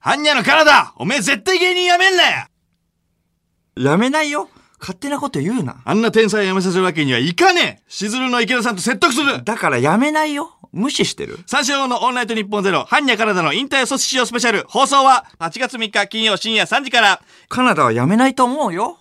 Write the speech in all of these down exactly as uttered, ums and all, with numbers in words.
般若の体、おめえ絶対芸人やめんなよ。 やめないよ。勝手なこと言うな。 あんな天才やめさせるわけにはいかねえ。しずるの池田さんと説得する。 だからやめないよ。無視してる。 三四郎のオールナイトニッポンゼロ、般若体の引退阻止しようスペシャル。放送ははちがつみっか金曜深夜さんじから。 カナダはやめないと思うよ。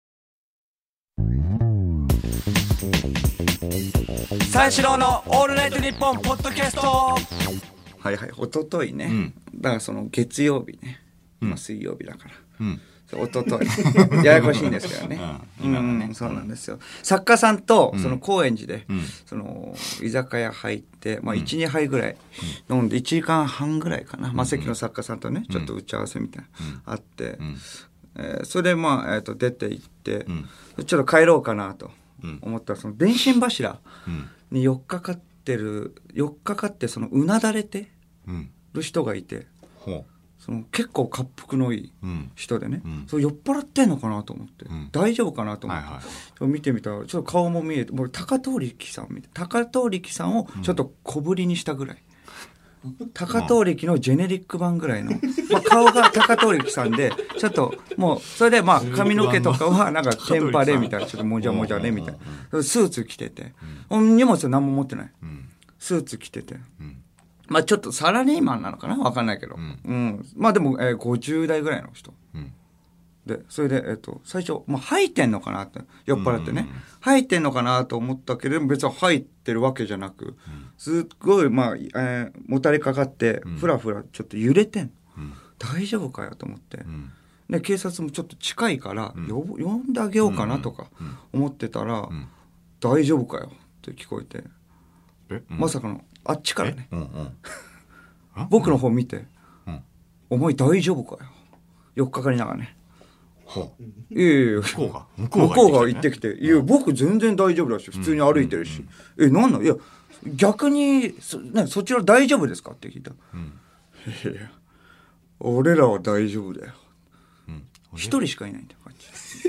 三四郎のオールナイトニッポンポッドキャスト。はいはい、おとといね、うん、だからその月曜日ね、うん、まあ、水曜日だから、うん、おとといややこしいんですけどね、うん、今はね、うん、そうなんですよ。作家さんとその高円寺で、うん、その居酒屋入って、まあ、いち、にはいぐらい飲んでいちじかんはんぐらいかな、マセキの作家さんとねちょっと打ち合わせみたいなのあって、うん、えー、それでまあ、えー、と出て行って、うん、ちょっと帰ろうかなと思ったら、その電信柱によっかかってるよっかかってそのうなだれてる人がいて、うん、その結構恰幅のいい人でね、うん、それ酔っ払ってんのかなと思って、うん、大丈夫かなと思って、はいはい、見てみたらちょっと顔も見えて、もう高遠力さん見て高遠力さんをちょっと小ぶりにしたぐらい、うん、高遠力のジェネリック版ぐらいの、まあ、顔が高遠力さんでちょっともうそれでまあ髪の毛とかはなんかテンパレみたいなちょっともじゃもじゃねみたいなスーツ着てて、うん、荷物何も持ってない、うん、スーツ着てて、うん、まあちょっとサラリーマンなのかなわかんないけど、うんうん、まあでも、えー、ごじゅう代ぐらいの人、うん、でそれで、えー、と最初、まあ、吐いてんのかなって酔っ払ってね、うんうんうん、吐いてんのかなと思ったけれども別に吐いてるわけじゃなく、うん、すっごい、まあえー、もたれかかってふらふらちょっと揺れてん、うん、大丈夫かよと思って、うん、で警察もちょっと近いから、うん、呼, 呼んであげようかなとか思ってたら、うんうん、大丈夫かよって聞こえて、え、うん、まさかのあっちからね、うんうん、僕の方見て、うん、お前大丈夫かよよっかかりながらね、いやいやいや向こうが向こうが言ってきて、いや僕全然大丈夫だし普通に歩いてるし、うんうん、えなんなんいや逆に そ,、ね、そちら大丈夫ですかって聞いた、うん、いやいや俺らは大丈夫だよ、一、うん、人しかいないんだよ感じ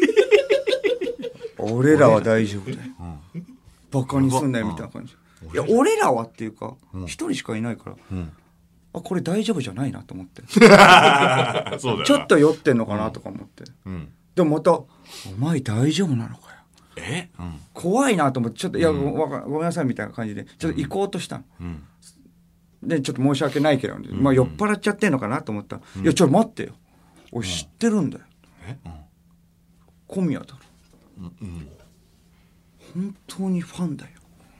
俺らは大丈夫だよ、うん、バカにすんなよみたいな感じ、いや俺らはっていうか一、うん、人しかいないから、うん、あこれ大丈夫じゃないなと思ってそうだちょっと酔ってんのかなとか思って、うん、でもまたお前大丈夫なのかよえ、うん、怖いなと思ってちょっといや、うん、ご, ごめんなさいみたいな感じでちょっと行こうとしたの、うん、でちょっと申し訳ないけど、うん、まあ、酔っ払っちゃってんのかなと思ったら、うん、いやちょっと待ってよ俺知ってるんだよ、うん、え、うん、小宮だろ、うんうん、本当にファンだよ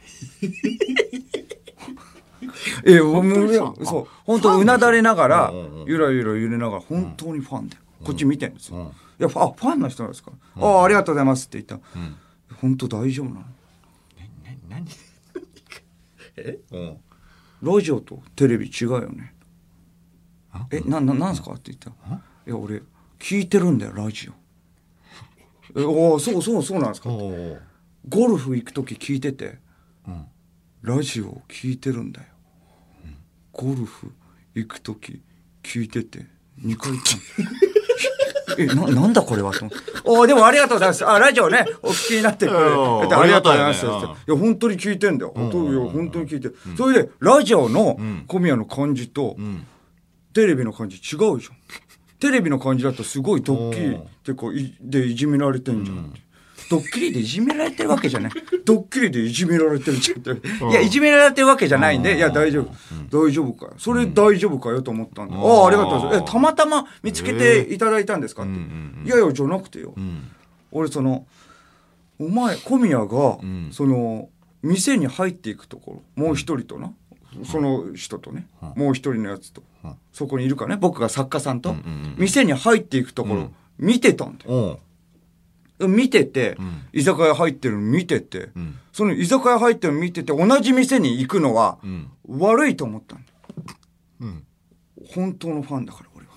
えもうそう本当うなだれながらゆらゆら揺れながら本当にファンで、うん、こっち見てるんですよ、うん、いやあファンの人なんですか、うん、あありがとうございますって言った、うん、本当大丈夫なの、ねね、何え、うん、ラジオとテレビ違うよね、えなななんすかって言った、いや俺聞いてるんだよラジオえおそうそうそうなんですか、ゴルフ行く時聞いてて、うん、ラジオ聞いてるんだよ、ゴルフ行くとき聞いててにかい行ったえ な, なんだこれはとおでもありがとうございますあラジオねお聞きになってくれてありがとうございます、ね、いや本当に聞いてんだよ、本当に本当に聞いて、うん、それでラジオの小宮の感じと、うん、テレビの感じ違うじゃん、テレビの感じだとすごいドッキリってこういでいじめられてんじゃん、うんドッキリでいじめられてるわけじゃないドッキリでいじめられてるじゃんっていやいじめられてるわけじゃないんでいや大丈夫大丈夫かよそれ大丈夫かよと思ったんで、うん、ああありがとうございますえたまたま見つけていただいたんですかって、えー、いやいやじゃなくてよ、うん、俺そのお前小宮が、うん、その店に入っていくところもう一人とな、うん、その人とね、うん、もう一人のやつと、うん、そこにいるからね僕が作家さんと、うんうんうん、店に入っていくところ、うん、見てたんだよ、うん見てて、うん、居酒屋入ってるの見てて、うん、その居酒屋入ってるの見てて同じ店に行くのは、うん、悪いと思ったんだ、うん、本当のファンだから俺は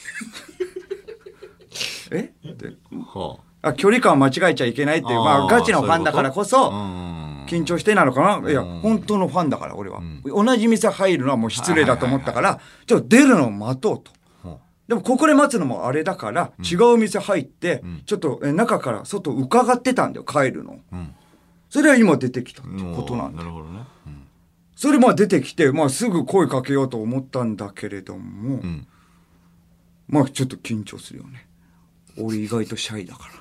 えって、はあ、あ距離感を間違えちゃいけないっていうまあガチのファンだからこそ緊張してなのかな、いや本当のファンだから俺は、うん、同じ店入るのはもう失礼だと思ったから、はいはいはいはい、ちょっと出るのを待とうとでもここで待つのもあれだから、うん、違う店入って、うん、ちょっとえ中から外伺ってたんだよ帰るの、うん、それは今出てきたってことなんだよ、なるほどね、うん、それまあ出てきて、まあ、すぐ声かけようと思ったんだけれども、うん、 まあちょっと緊張するよね。俺意外とシャイだから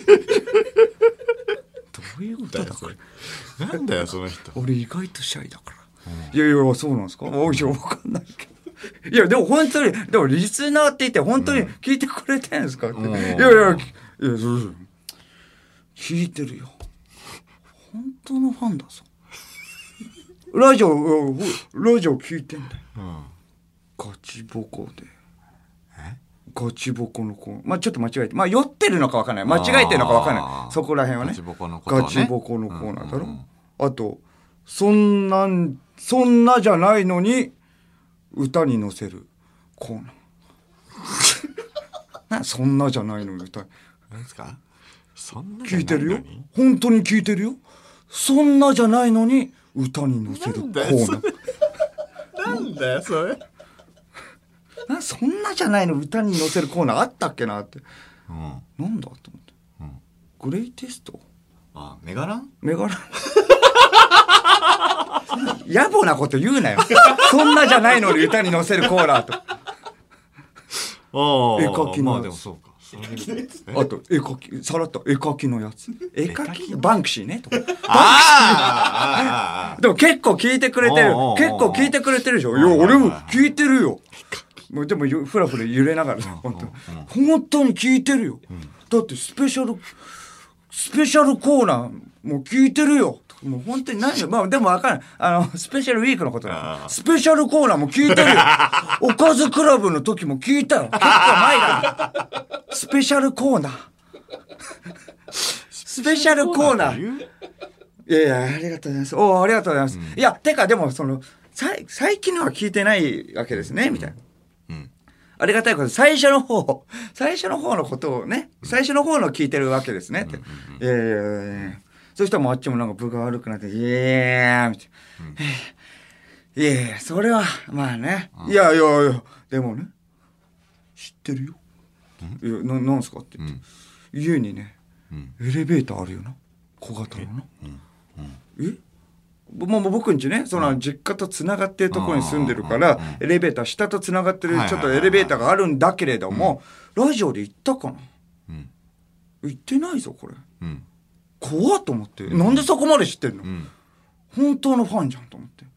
どういうことだこれ。 なんだよその人。 俺意外とシャイだから、うん、いやいやそうなんですか。おいしょ分かんないけどいやでも本当にでもリスナーって言って本当に聞いてくれてるんですかって、うん、いやいやいやそうそう聞いてるよ。本当のファンだぞラジオラジオ聞いてんだよ、うん、ガチボコでガチボコの子、まあちょっと間違えて、まあ酔ってるのか分かんない、間違えてるのか分かんない、そこら辺はね。ガチボコの子、ね、ガチボコのコーナーだろ、うんうん、あとそんなんそんなじゃないのに歌に乗せるコーナーそんなじゃないのに歌何ですか。そんな聞いてるよ、本当に聞いてるよ。そんなじゃないのに歌に乗せるコーナーなんだよそれな。そんなじゃないの歌に載せるコーナーあったっけなって、うん、なんだと思って、うん、グレイテスト、 あメガランメガラン野暮なこと言うなよそんなじゃないのに歌に載せるコーナーと絵描きのやつ、まあでもそうかあと絵描きさらっと絵描きのやつ絵描きバンクシーねとかバンクシーでも結構聞いてくれてる結構聞いてくれてるでしょ。いや俺も聞いてるよ。でもふらふら揺れながら本当に本当に聞いてるよ、うん、だってスペシャルスペシャルコーナーもう聞いてるよ。もう本当に何でまあでも分かんないあのスペシャルウィークのことだ。スペシャルコーナーも聞いてるよおかずクラブの時も聞いたよ。結構前だスペシャルコーナースペシャルコーナーいやいやありがとうございます。おおありがとうございます、うん、いやてかでもそのさい最近のは聞いてないわけですねみたいな、うん、ありがたいこと最初の方最初の方のことをね最初の方の聞いてるわけですねって、うんうんうん、いやいやいやそしたらもうあっちもなんか分が悪くなってイエーみたいな、うん、いやいやそれはまあね、うん、いやいやいやでもね知ってるよ、うん、いや な, なんすかって言って、うん、家にね、うん、エレベーターあるよな小型のな、うんうん、えもう僕んちねその実家とつながってるところに住んでるから、うん、エレベーター下とつながってるちょっとエレベーターがあるんだけれども、うん、ラジオで言ったかな、うん、言ってないぞこれ、うん怖っと思って、うん、なんでそこまで知ってんの、うん、本当のファンじゃんと思って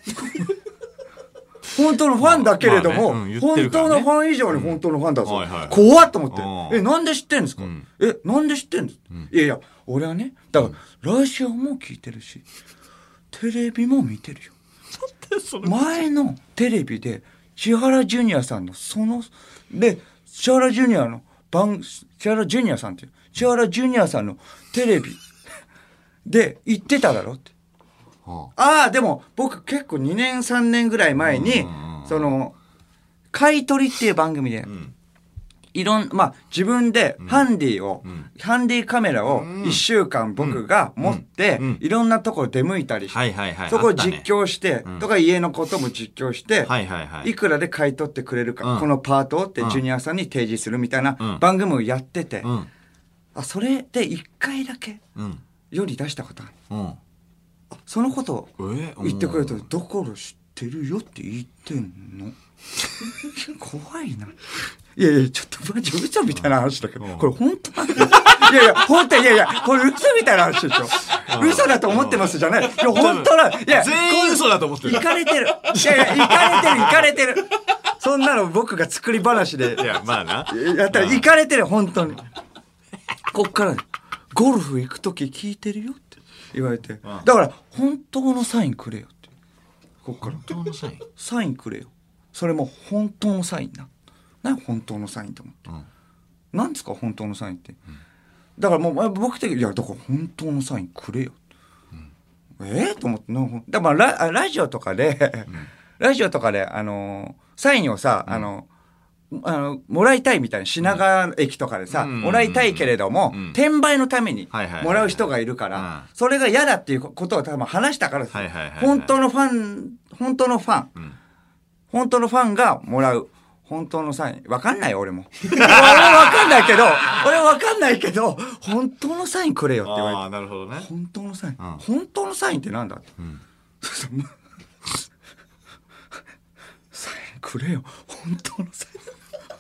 本当のファンだけれども、まあねうんね、本当のファン以上に本当のファンだぞ、うんはいはい、怖っと思ってえなんで知ってんですか、うん、えなんで知ってんですか、うん、いやいや俺はねだからラジオも聞いてるしテレビも見てるよ前のテレビで千原ジュニアさんのそので千原ジュニアの番千原ジュニアさんっていう千原ジュニアさんのテレビで言ってただろって、はあ、ああでも僕結構にねんさんねんぐらい前に、うんうん、その買い取りっていう番組で、うん、いろんまあ自分でハンディを、うん、ハンディカメラをいっしゅうかん僕が持って、うんうん、いろんなところ出向いたりして、はいはいはい、そこを実況して、ね、とか家のことも実況して、はいはいはい、いくらで買い取ってくれるか、うん、このパートをってジュニアさんに提示するみたいな番組をやってて、うんあそれでいっかいだけ世に出したことある、うん、あそのことを言ってくれるとだから知ってるよって言ってんの怖いないやいやちょっとマジ嘘みたいな話だけど、うん、これ本当なんだいやいや本当いやいやこれ嘘みたいな話でしょ、うん、嘘だと思ってますじゃないいや本当だいや全員嘘だと思ってるいかれてるいやいやいかれてるいかれてるそんなの僕が作り話でいやまあなやったらいかれてる本当にこっからゴルフ行くとき聞いてるよって言われて、うん、だから本当のサインくれよってこっから本当のサインサインくれよそれも本当のサインな何本当のサインと思って、うん、なんですか本当のサインって、うん、だからもう僕的にいやだから本当のサインくれよって、うん、えー、と思ってだからラ、ラジオとかで、うん、ラジオとかであのサインをさ、うん、あのあのもらいたいみたいな品川駅とかでさ、うん、もらいたいけれども、うん、転売のためにもらう人がいるから、はいはいはいはい、それが嫌だっていうことを多分話したからです、はいはいはいはい、本当のファン本当のファン、うん、本当のファンがもらう本当のサインわかんないよ俺も俺わかんないけど俺わかんないけど本当のサインくれよって言われてあなるほどね本当のサイン、うん、本当のサインってなんだって、うん、サインくれよ本当のサイン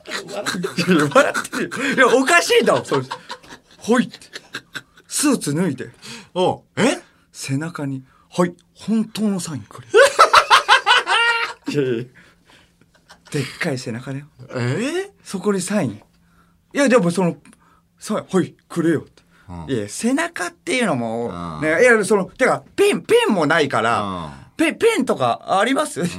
笑ってるよ。いや、おかしいんだもん。そう。ほいって。スーツ脱いで。 おうえ背中に、はい、本当のサインくれ。いやいやでっかい背中だよ。 えー、 そこにサイン。いや、でもその、サイン、はい、くれよって。うん、いや、背中っていうのも、うん、ね、いや、その、てか、ペン、ペンもないから、うん、ペン、ペンとかあります、うんうん、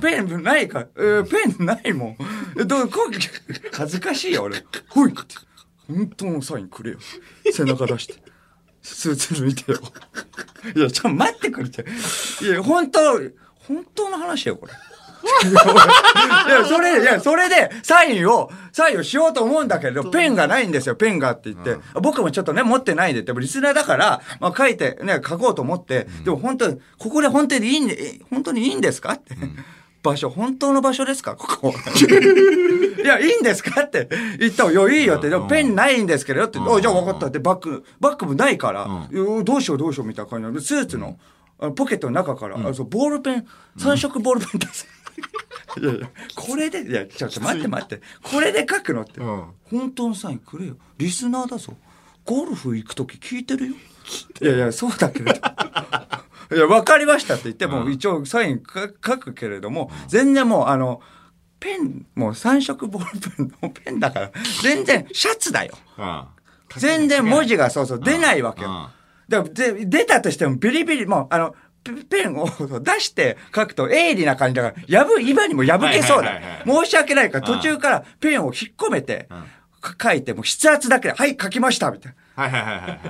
ペンないか、えー、ペンないもん。どう、こう、恥ずかしいよ、俺。ほいって。本当のサインくれよ。背中出して。スーツ脱いでよ。いや、ちょっと待ってくれって。いや、本当、本当の話よ、これ。いや、それ、いや、それで、サインを、サインをしようと思うんだけど、ペンがないんですよ、ペンがって言って。うん、僕もちょっとね、持ってないでって、リスナーだから、まあ書いて、ね、書こうと思って、うん、でも本当に、ここで本当にいいんで、本当にいいんですかって。うん、場所、本当の場所ですかここ。いや、いいんですかって言ったら、いや、いいよって、でもペンないんですけどって、おじゃあ分かったって、バッグ、バッグもないから、うん、どうしようどうしようみたいな感じで、スーツの、ポケットの中から、うん、あそうボールペン、三色ボールペン出す。いやいや、これで、いや、ちょっと待って待って、これで書くのって、うん、本当のサインくれよ。リスナーだぞ。ゴルフ行くとき聞いてるよ。いやいや、そうだけれど。いや、わかりましたって言っても、うん、一応サイン書くけれども、うん、全然もう、あの、ペン、もう三色ボールペンのペンだから、全然シャツだよ。うん、全然文字がそうそう出ないわけよ。うん、で出たとしてもビリビリ、もう、あの、ペンを出して書くと鋭利な感じだから、破、今にも破けそうだ。申し訳ないから、途中からペンを引っ込めて、書いて、もう筆圧だけで、はい、書きました、みたいな。はいはいはいはい。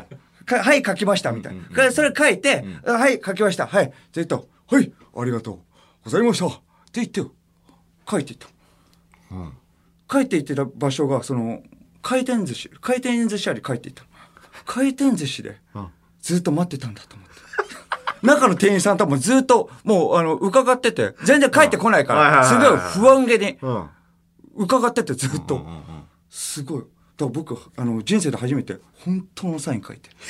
はい、書きました、みたいな。それ書いて、はい、書きました、はい。ずっと、はい、ありがとうございました。って言ってよ。書いていった。うん、書いていってた場所が、その、回転寿司、回転寿司屋に書いていった。回転寿司で、ずっと待ってたんだと思って。中の店員さんともずっと、もう、あの、伺ってて、全然帰ってこないから、すごい不安げに、伺っててずっと、すごい。だから僕、あの、人生で初めて、本当のサイン書いて。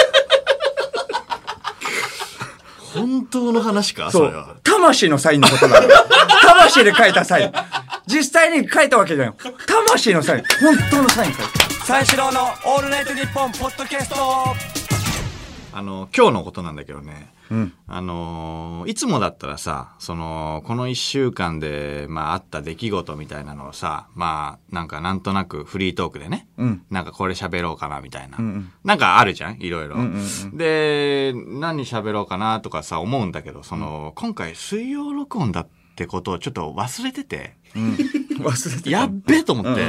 本当の話かそれは。 魂のサインのことなの。魂で書いたサイン。実際に書いたわけじゃない。魂のサイン。本当のサイン書いて。 三四郎のオールナイトニッポンポッドキャスト。あの、今日のことなんだけどね。うん、あのー、いつもだったらさ、その、この一週間で、まあ、あった出来事みたいなのをさ、まあ、なんかなんとなくフリートークでね、うん、なんかこれ喋ろうかなみたいな、うんうん、なんかあるじゃんいろいろ。うんうんうん、で、何喋ろうかなとかさ、思うんだけど、その、今回水曜録音だってことをちょっと忘れてて、うん、忘れてやっべえと思って、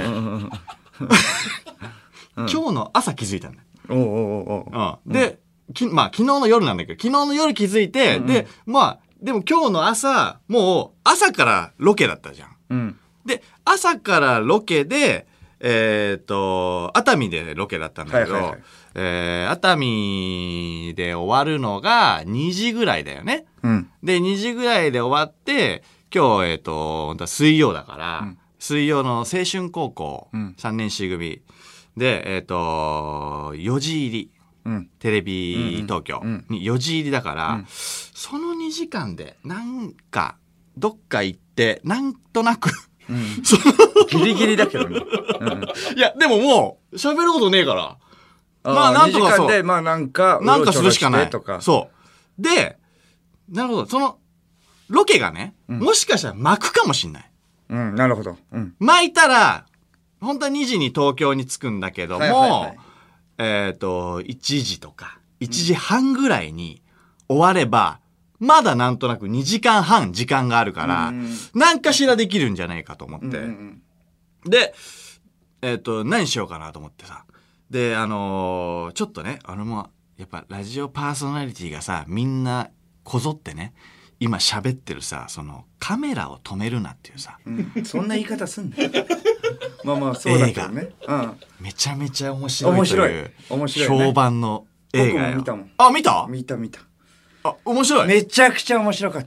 今日の朝気づいたんだよ。おうおうおうおう、うん、で、きまあ、昨日の夜なんだけど、昨日の夜気づいて、うんうん、で、まあ、でも今日の朝、もう朝からロケだったじゃん。うん、で、朝からロケで、えっと、熱海でロケだったんだけど、はいはいはい、えー、熱海で終わるのがにじぐらいだよね。うん、で、にじぐらいで終わって、今日、えっと、水曜だから、うん、水曜の青春高校さんねん C 組で、えっと、よじ入り。うん、テレビ東京によじ入りだから、うんうん、そのにじかんでなんかどっか行ってなんとなく、うん、そのギリギリだけどね、 うん、いやでももう喋ることねえからまあなんとかそうにじかんでまあなんかなんかするしかないとかそうでなるほどそのロケがね、うん、もしかしたら巻くかもしんない、 うん、なるほど、うん、 巻いたら本当はにじに東京に着くんだけども、はいはいはい、えっと、いちじとか、いちじはんぐらいに終われば、まだなんとなくにじかんはん時間があるから、何かしらできるんじゃないかと思って。で、えっと、何しようかなと思ってさ。で、あのー、ちょっとね、あのも、やっぱラジオパーソナリティがさ、みんなこぞってね、今喋ってるさ、そのカメラを止めるなっていうさ、 うん、そんな言い方すんだよ。まあまあそうだけどね、 うん、めちゃめちゃ面白い面白い面白い、ね、 評判の映画よ。 僕も見たもん。 あ、見た見た見た。 あ、面白い。 めちゃくちゃ面白かった。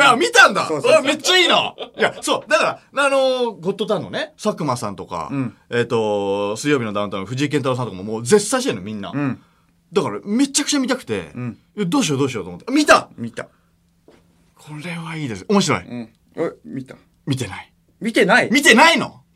あ、見たんだ。そうそうそう、あ、めっちゃいいな。いや、そうだからあのー、ゴッドタンのね佐久間さんとか、うん、えっ、ー、と水曜日のダウンタウンの藤井健太郎さんとかももう絶賛してるのみんな、うん、だからめちゃくちゃ見たくて、うん、どうしようどうしようと思って見た見た。 これはいいです。面白い。うん。 え、見た？ 見てない。 見てない？ 見てないの？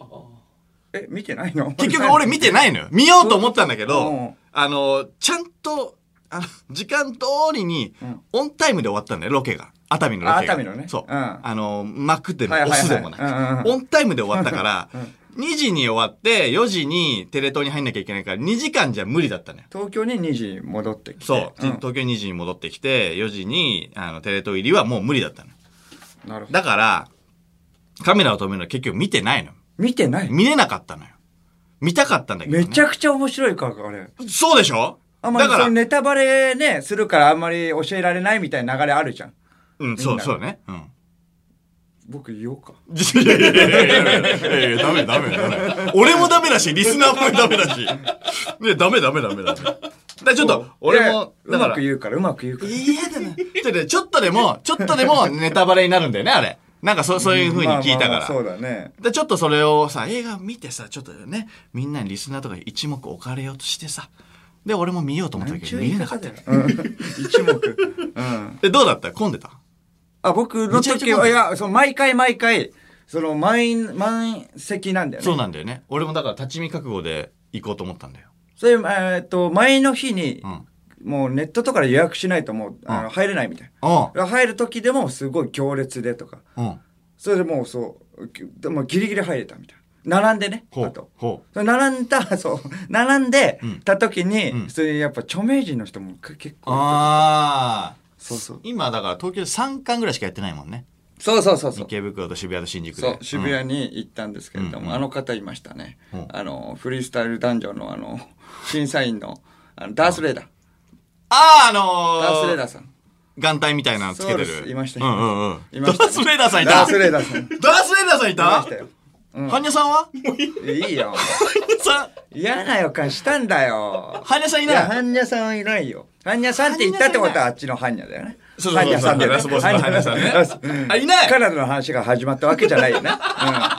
え、見てないの？ 結局俺見てないのよ。見ようと思ったんだけど、あの、ちゃんと、あの、時間通りに、オンタイムで終わったんだよ、ロケが。熱海のロケが。 熱海のね。 そう。うん、あの、マクでもオスでもない。オンタイムで終わったから、うん、にじに終わって、よじにテレ東に入んなきゃいけないから、にじかんじゃ無理だったのよ。 東京ににじに戻ってきて。 そう。うん、東京にじに戻ってきて、よじに、あの、テレ東入りはもう無理だったの。 なるほど。 だから、カメラを止めるのは結局見てないの。 見てない？ 見れなかったのよ。見たかったんだけど、ね。 めちゃくちゃ面白いか、あれ。 そうでしょ？ あんまりそのネタバレね、するからあんまり教えられないみたいな流れあるじゃん。 うん、そう、そうね。うん。 僕言おうか。 いやいやいやいやいやダメダメダメ。俺もダメだし、リスナーもダメだし。ね、ダメダメダメダメ。だちょっと、俺も、 うまく言うから、うまく言うから。 いやだな。ちょっとでも、ちょっとでもネタバレになるんだよね、あれ。なんかそ、そういう風に聞いたから。まあまあそうだね。 で、ちょっとそれをさ、映画見てさ、ちょっとね、みんなにリスナーとか一目置かれようとしてさ、で、俺も見ようと思ったけど、見れなかったよ。 一目。うん。 で、どうだった？混んでた？ あ、僕の時は、いや、その毎回毎回、その満、満席なんだよね。 そうなんだよね。俺もだから立ち見覚悟で行こうと思ったんだよ。 それ、えー、っと、前の日に、うんもうネットとかで予約しないともう、あの入れないみたいな。入る時でもすごい行列でとか。それでもうそう、でもギリギリ入れたみたいな。並んでね。あと。それ並んだ、そう、並んでた時に、うん、それやっぱ著名人の人も結構。 ああ。 そうそう。 今だから東京でさんかんぐらいしかやってないもんね。 そうそうそうそう。 池袋と渋谷と新宿で。 そう、渋谷に行ったんですけれども、うん、あの方いましたね。うん、あの、フリースタイルダンジョンのあの、審査員の、あの、ダースレーダー。 ああ、あのー、 ダースレーダーさん。 眼帯みたいなのつけてる。 そうです。いましたよ。うんうんうん。 いました、 ね。ダースレーダーさんいた。 ダースレーダーさん。 ダースレーダーさんいた？いましたよ。 うん。ハンニャさんは？ いいよ。 ハンニャさん嫌な予感したんだよ。 ハンニャさんいない？ いや、ハンニャさんはいないよ。ハンニャさんって言ったってことはあっちのハンニャだよね。 そうそうそう。ハンニャさんだよね。ラスボスのハンニャさんね。あ、いない？ カナダの話が始まったわけじゃないよね。うん。うん。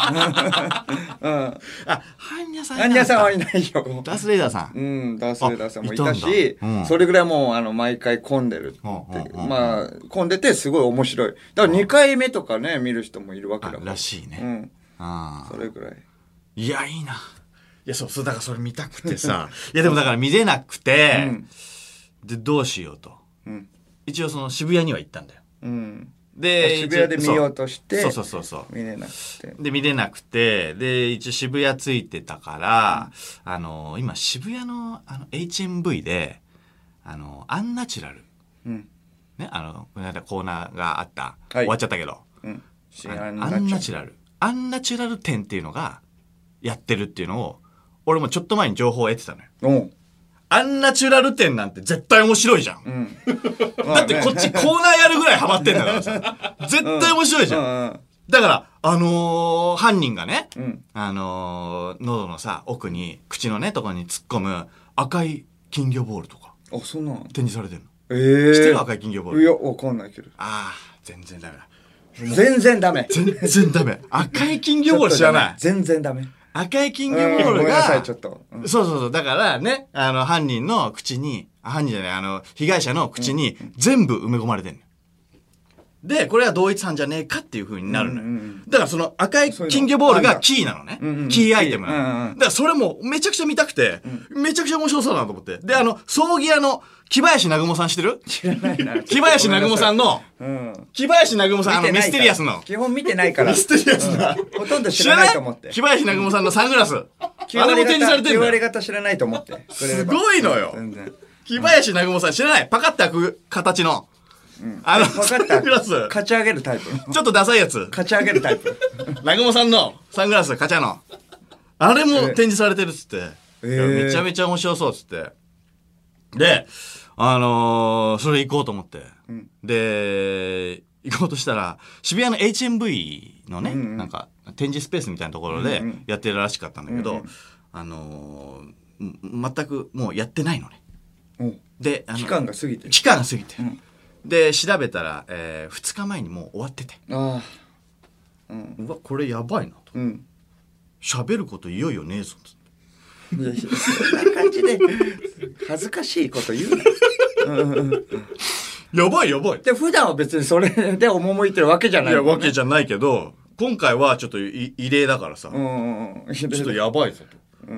あ、ハンニャさんいない。 ハンニャさんはいないよ。 ダースレーダーさん。 うん、ダースレーダーさんもいたし、それぐらいもう、あの、毎回混んでるって。まあ、混んでてすごい面白い。だからにかいめとかね、見る人もいるわけだから。 らしいね。 うん。ああ。それぐらい。 いや、いいな。いや、そう、そう、だからそれ見たくてさ。いや、でもだから見れなくて、うん、で、どうしようと。うん、一応その渋谷には行ったんだよ。 うん、で、渋谷で見ようとして、 そうそうそうそう。 見れなくて。 で、見れなくて、で、一応渋谷ついてたから、うん、あの、今渋谷のあの エイチエムブイ で、あの、アンナチュラル。うん、ね、あの、この間コーナーがあった。はい、終わっちゃったけど。うん、アンナチュラル。アンナチュラル展っていうのが、やってるっていうのを、俺もちょっと前に情報を得てたのよ。うん。アンナチュラル展なんて絶対面白いじゃん。うん。だってこっちコーナーやるぐらいハマってんだからさ。絶対面白いじゃん。うんうん、だから、あのー、犯人がね、うん、あのー、喉のさ、奥に、口のね、ところに突っ込む赤い金魚ボールとか。 あ、そんなの展示されてるの。 ええー。 知ってる赤い金魚ボール。 いや、わかんないけど。 ああ、全然ダメだ。 全然ダメ。 全然ダメ。赤い金魚ボール知らない。 全然ダメ。 赤い金魚ボールが、うん、ごめんなさい、ちょっと。 うん、そうそうそう。だからね、あの、犯人の口に、犯人じゃない、あの、被害者の口に全部埋め込まれてんの。で、これは同一犯じゃねえかっていう風になるのよ。うんうん、だからその赤い金魚ボールがキーなのね。うんうん、キーアイテムなの。うんうん、だからそれもめちゃくちゃ見たくて、うん、めちゃくちゃ面白そうだなと思って。で、あの、葬儀屋の木林南雲さん知ってる？ 知らないな。 木林南雲さんの、うん、木林南雲さん、あの、ミステリアスの。 基本見てないから。 ミステリアスな。 うん、ほとんど知らないと思って。 木林南雲さんのサングラス。あれも展示されてるんだよ。 きゅうわり方知らないと思って。 すごいのよ。全然。木林南雲さん知らない？パカッて開く形の。 うん、あの、サングラス。勝ち上げるタイプ。 ちょっとダサいやつ。 勝ち上げるタイプ。 南雲さんのサングラス、カチャの。あれも展示されてるっつって。えー、めちゃめちゃ面白そうっつって。で、あのー、それ行こうと思って。うん、で、行こうとしたら、渋谷の エイチエムブイ のね、うんうん、なんか、展示スペースみたいなところでやってるらしかったんだけど、うんうん、あのー、全くもうやってないのね。 うん、で、あの、期間が過ぎてる。 期間が過ぎてる。うん、で、調べたら、えー、ふつかまえにもう終わってて。ああ。うん。うわ、これやばいなと。うん。喋ることいよいよねえぞ。 いやいや、そんな感じで、恥ずかしいこと言うな。 やばいやばい。 で、普段は別にそれで赴いてるわけじゃない、 ね。いや、わけじゃないけど、 今回はちょっと異例だからさ、 うんうん、 ちょっとやばいぞと。うん、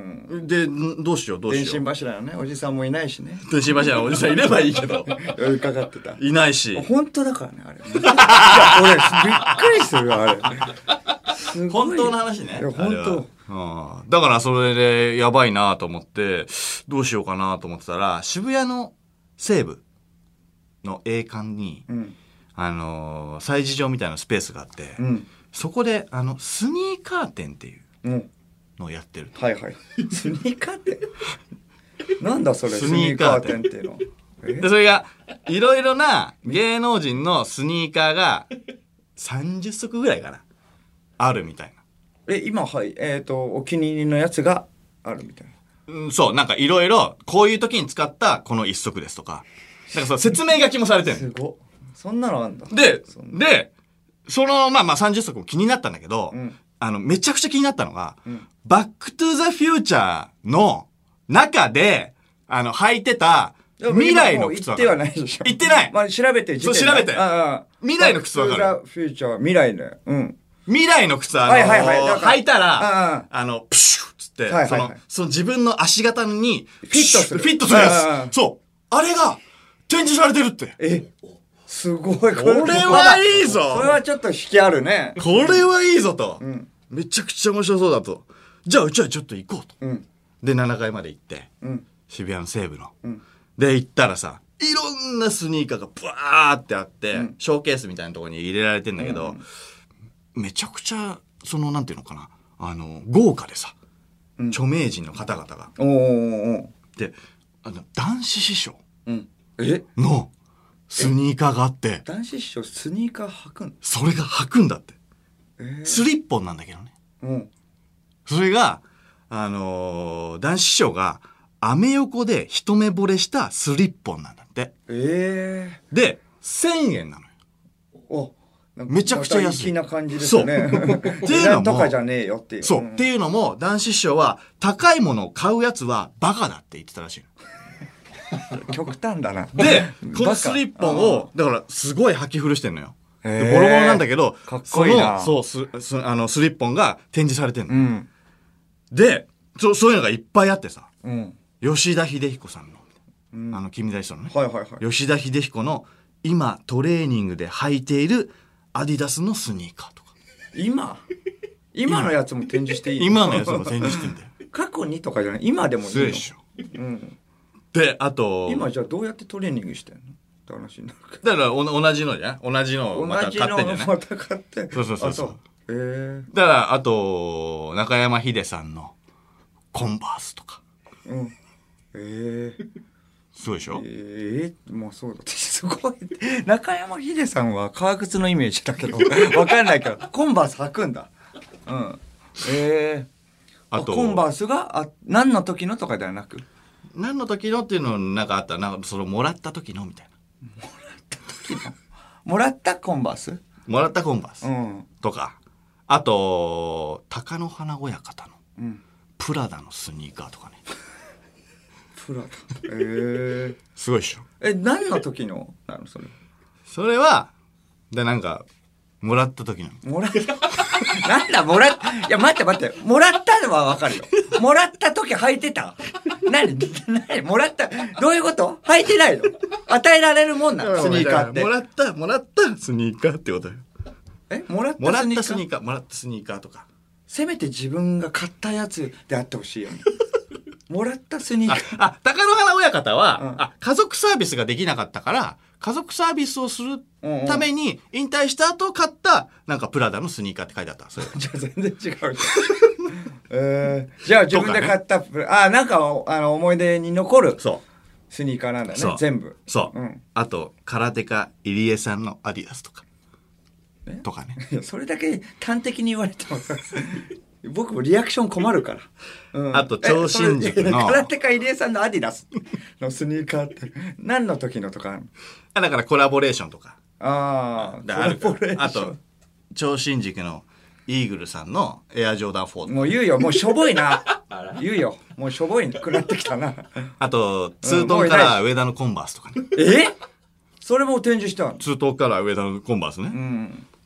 で、どうしようどうしよう。 電信柱のね、おじさんもいないしね。 電信柱のおじさんいればいいけど。 伺ってた。 いないし。 本当だからね、あれ。いや、俺、びっくりするあれ。 本当の話ね。 いや、本当。 うん、だからそれでやばいなと思って、どうしようかなと思ってたら、渋谷の西部の栄館に、うん、あのー、催事場みたいなスペースがあって、うん、そこで、あの、スニーカー店っていう、うんのをやってる。 はいはい。スニーカー店なんだそれ、スニーカー店っていうの。 で、それが、いろいろな芸能人のスニーカーがさんじゅっそくぐらいかな。あるみたいな。え、今、はい。えっと、お気に入りのやつがあるみたいな。うん、そう。なんかいろいろ、こういう時に使ったこの一足ですとか。なんかそう、説明書きもされてる。 すご。そんなのあんだ。 で、で、その、まあまあさんじゅっそくも気になったんだけど、うん、あの、めちゃくちゃ気になったのが、うん、バックトゥザフューチャーの中で、あの、履いてた未来の靴は。 言ってはないでしょ。 言ってない。 まあ、調べて、 そう、調べて。ああ未来の靴は。 バックトゥザフューチャー、未来ね。うん。 未来の靴は、あの、はいはいはい、履いたら、あ, あの、プシュッつって、はいはいはい、その、その自分の足型に、 フィットする。 フィットするやつ。そう。あれが、展示されてるって。 えすごい。 これはいいぞ。 それはちょっと引きあるね。 これはいいぞと。うん、めちゃくちゃ面白そうだと。じゃあ、うちはちょっと行こうと。うん、で、ななかいまで行って、うん、渋谷の西部の、うん。で、行ったらさ、いろんなスニーカーがブワーってあって、うん、ショーケースみたいなところに入れられてんだけど、うん、めちゃくちゃ、その、なんていうのかな、あの、豪華でさ、うん、著名人の方々が。おーおーで、あの、男子師匠えのスニーカーがあって、 男子師匠スニーカー履くんそれが履くんだって。えー、スリッポンなんだけどね。うん。それが、あのー、男子師匠が、アメ横で一目惚れしたスリッポンなんだって。ええー。で、せんえんなのよ。お、めちゃくちゃ安い。 粋な感じですね。そう。っていうのも、とかじゃねえよっていう。 そう。うん、っていうのも、男子師匠は、高いものを買うやつはバカだって言ってたらしいの。 極端だな。 で、このスリッポンを、だからすごい履き古してんのよ。ボロボロなんだけど、 かっこいいな。 そう、す、す、あの、スリッポンが展示されてんの。うん、で、そ、そういうのがいっぱいあってさ、うん、吉田秀彦さんの、うん、あの、金メダリストのね、 はいはいはい、 吉田秀彦の今トレーニングで履いているアディダスのスニーカーとか。 今今のやつも展示していい今のやつも展示してんだよ。 過去にとかじゃない今でもいいの。 でしょ。うん。で、あと。 今じゃあどうやってトレーニングしてんのって話になるけど。だからお同じのじゃん同じのをまた買ってんじゃない同じのまた買って。 そうそうそうそう。えー、だから、あと、中山秀さんのコンバースとか。うん。ええー。そうでしょええー、まあそうだ。すごい。中山秀さんは革靴のイメージだけど、わかんないけど、コンバース履くんだ。うん。ええー。あと。コンバースが、あ、何の時のとかではなく何の時のっていうのなんかあったなんかそれをもらった時のみたいな。 もらった時のもらったコンバースもらったコンバース。うん。とか。あと、貴乃花親方の、うん、プラダのスニーカーとかね。 プラダ。ええー。 すごいっしょ。 え、何の時のなのそれ。 それは、で、なんか、もらった時の。 もらったなんだ、もらっ、いや、待って待って。もらったのはわかるよ。もらった時履いてた何何もらった、どういうこと履いてないの与えられるもんなのスニーカーって。 もらった、もらったスニーカーってことよ。 えもらったもらったスニーカーもらったスニーカーとかせめて自分が買ったやつであってほしいよねもらったスニーカーああ貴乃花親方は、うん、あ家族サービスができなかったから家族サービスをするために引退した後買ったなんかプラダのスニーカーって書いてあったそれじゃあ全然違うえー、じゃあ自分で買った、ね、あなんかあの思い出に残るそうスニーカーなんだね全部そう、うん、あと空手家入江さんのアディダスとかとかね。 いやそれだけ端的に言われても僕もリアクション困るから、 うん、あと超新塾の空手家入江さんのアディダスのスニーカーって何の時のとかあだからコラボレーションとかああコラボレーションあと超新塾のイーグルさんのエアジョーダンフォードもう言うよもうしょぼいな言うよもうしょぼいくなってきたなあとツートンから上田のコンバースとかねえそれも展示したのツートンから上田のコンバースね、うん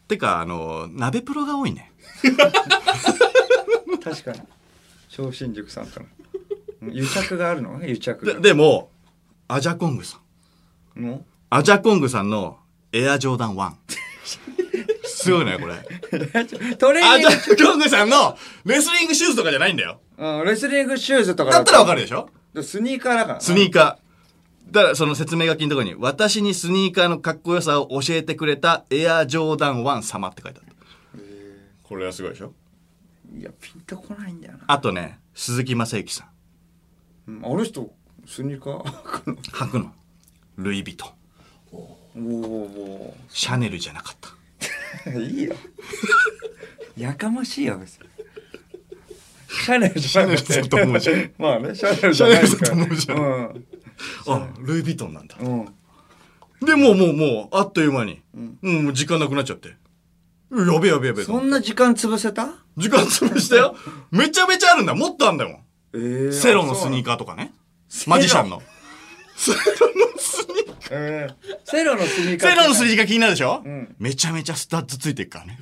てか、あの、鍋プロが多いね。 確かに。超新塾さんから。癒着があるの癒着が。 で、でも、アジャコングさん。 もアジャコングさんのエアジョーダンワン。すごいね、これ。 トレーニング。 アジャコングさんのレスリングシューズとかじゃないんだよ。 うん、レスリングシューズとかだったらわかるでしょ？ スニーカーだから。 スニーカー。だからその説明書きのところに、私にスニーカーのかっこよさを教えてくれたエアジョーダンワン様って書いてある。これはすごいでしょ？ いや、ピンとこないんだよな。 あとね、鈴木雅之さん。 うん、あの人、スニーカー履くの履くの。ルイ・ヴィトン。 おおシャネルじゃなかった。 いいよ。やかましいよ、別に。シャネルじゃなくて。 シャネルだと思うじゃん。 まあね、シャネルじゃないだと思うじゃん。 うん。 あ、ルイ・ヴィトンなんだ。 うん。 で、もうもうもう、あっという間に。うん、もう時間なくなっちゃって。やべえやべえやべえ。 そんな時間潰せた？ 時間潰したよ。めちゃめちゃあるんだ。もっとあんだもん。 えー、 セロのスニーカーとかね。マジシャンの。セロのスニーカー。 えー、セロのスニーカー。 セロのスニーカー気になるでしょ？ うん。 めちゃめちゃスタッズついてるからね。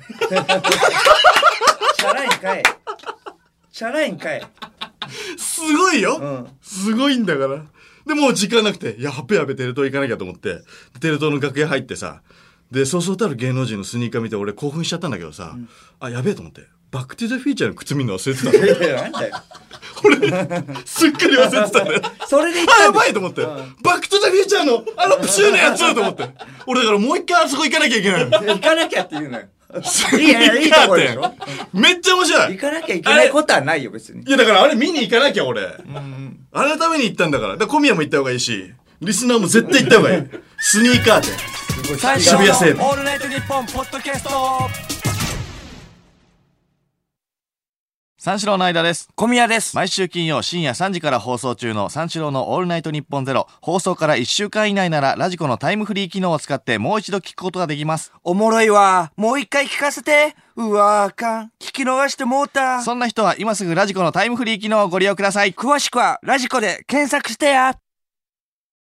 チャラいんかい。チャラいんかい。 すごいよ、 うん、 すごいんだから。で、もう時間なくて、やべやべテレ東行かなきゃと思って、テレ東の楽屋入ってさ、で、そうそうたる芸能人のスニーカー見て俺興奮しちゃったんだけどさ、うん、あ、やべえと思って、バックトゥザフィーチャーの靴見るの忘れてたの。 いやいや、なんだよ。 俺、すっかり忘れてたんだよ。 それであ、やばいと思って、うん、バックトゥザフィーチャーのあのプシューのやつと思って。俺だからもう一回あそこ行かなきゃいけないの。 行かなきゃって言うのよ。いやいや、いいとこでしょ。 めっちゃ面白い。 行かなきゃいけないことはないよ、別に。 いや、だからあれ見に行かなきゃ、俺。うん、あれのために行ったんだから。だから小宮も行った方がいいし、リスナーも絶対行った方がいい。スニーカー店。渋谷西部。オールナイトニッポンポッドキャスト。三四郎の間です。 小宮です。 毎週金曜深夜さんじから放送中の三四郎のオールナイトニッポンゼロ。放送からいっしゅうかん以内ならラジコのタイムフリー機能を使ってもう一度聞くことができます。 おもろいわ。もう一回聞かせて。うわーあかん。聞き逃してもうた。 そんな人は今すぐラジコのタイムフリー機能をご利用ください。 詳しくはラジコで検索してや。